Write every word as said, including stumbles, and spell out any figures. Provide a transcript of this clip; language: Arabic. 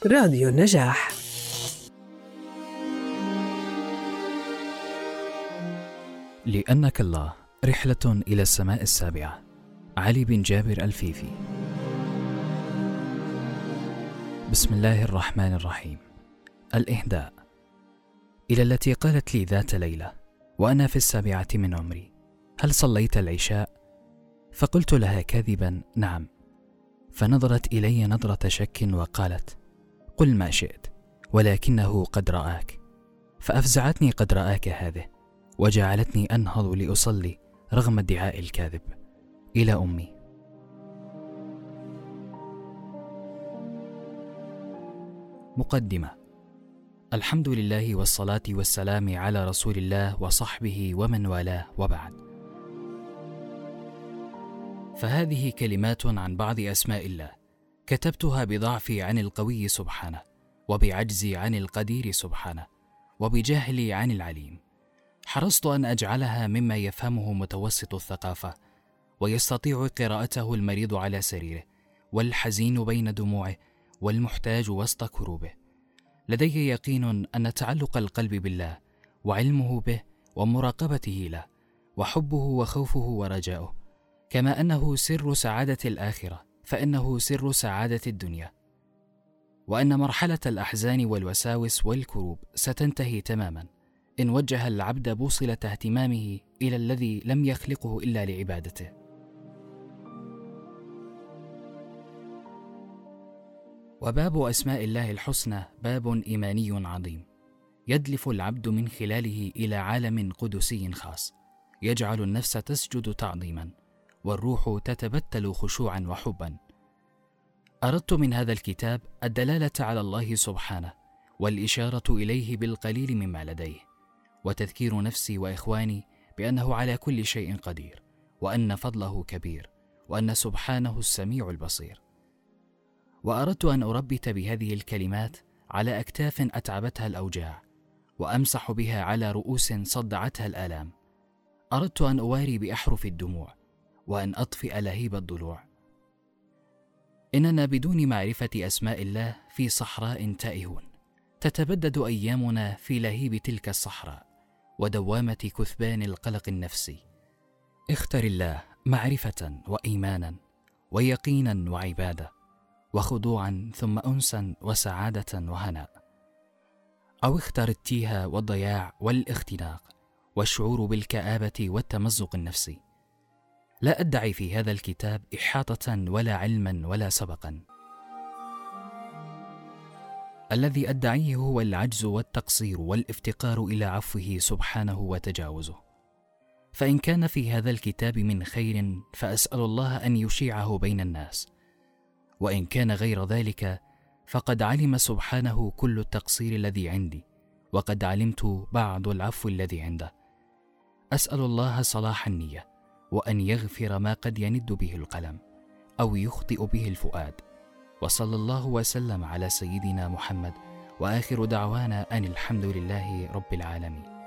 راديو النجاح. لأنك الله، رحلة إلى السماء السابعة. علي بن جابر الفيفي. بسم الله الرحمن الرحيم. الإهداء. إلى التي قالت لي ذات ليلة وأنا في السابعة من عمري: هل صليت العشاء؟ فقلت لها كاذبا: نعم. فنظرت إلي نظرة شك وقالت: قل ما شئت، ولكنه قد رآك. فأفزعتني قد رآك هذه، وجعلتني أنهض لأصلي رغم ادعاء الكاذب. إلى أمي. مقدمة. الحمد لله والصلاة والسلام على رسول الله وصحبه ومن والاه، وبعد. فهذه كلمات عن بعض أسماء الله كتبتها بضعفي عن القوي سبحانه، وبعجزي عن القدير سبحانه، وبجهلي عن العليم. حرصت أن أجعلها مما يفهمه متوسط الثقافة، ويستطيع قراءته المريض على سريره، والحزين بين دموعه، والمحتاج وسط كروبه. لدي يقين أن تعلق القلب بالله، وعلمه به، ومراقبته له، وحبه وخوفه ورجاؤه، كما أنه سر سعادة الآخرة فإنه سر سعادة الدنيا، وأن مرحلة الأحزان والوساوس والكروب ستنتهي تماما إن وجه العبد بوصلة اهتمامه إلى الذي لم يخلقه إلا لعبادته. وباب أسماء الله الحسنى باب إيماني عظيم، يدلف العبد من خلاله إلى عالم قدسي خاص، يجعل النفس تسجد تعظيما، والروح تتبتل خشوعا وحبا. أردت من هذا الكتاب الدلالة على الله سبحانه، والإشارة إليه بالقليل مما لديه، وتذكير نفسي وإخواني بأنه على كل شيء قدير، وأن فضله كبير، وأن سبحانه السميع البصير. وأردت أن أربت بهذه الكلمات على أكتاف أتعبتها الأوجاع، وأمسح بها على رؤوس صدعتها الآلام. أردت أن أواري بأحرف الدموع، وأن أطفئ لهيب الضلوع. إننا بدون معرفة أسماء الله في صحراء تائهون، تتبدد أيامنا في لهيب تلك الصحراء، ودوامة كثبان القلق النفسي. اختر الله معرفة وإيمانا، ويقينا وعبادة، وخضوعا ثم أنسا وسعادة وهناء. أو اختر التيه والضياع والاختناق، والشعور بالكآبة والتمزق النفسي. لا أدعي في هذا الكتاب إحاطة ولا علما ولا سبقا. الذي أدعيه هو العجز والتقصير والافتقار إلى عفوه سبحانه وتجاوزه. فإن كان في هذا الكتاب من خير فأسأل الله أن يشيعه بين الناس، وإن كان غير ذلك فقد علم سبحانه كل التقصير الذي عندي، وقد علمت بعض العفو الذي عنده. أسأل الله صلاح النية، وأن يغفر ما قد يند به القلم أو يخطئ به الفؤاد. وصلى الله وسلم على سيدنا محمد، وآخر دعوانا أن الحمد لله رب العالمين.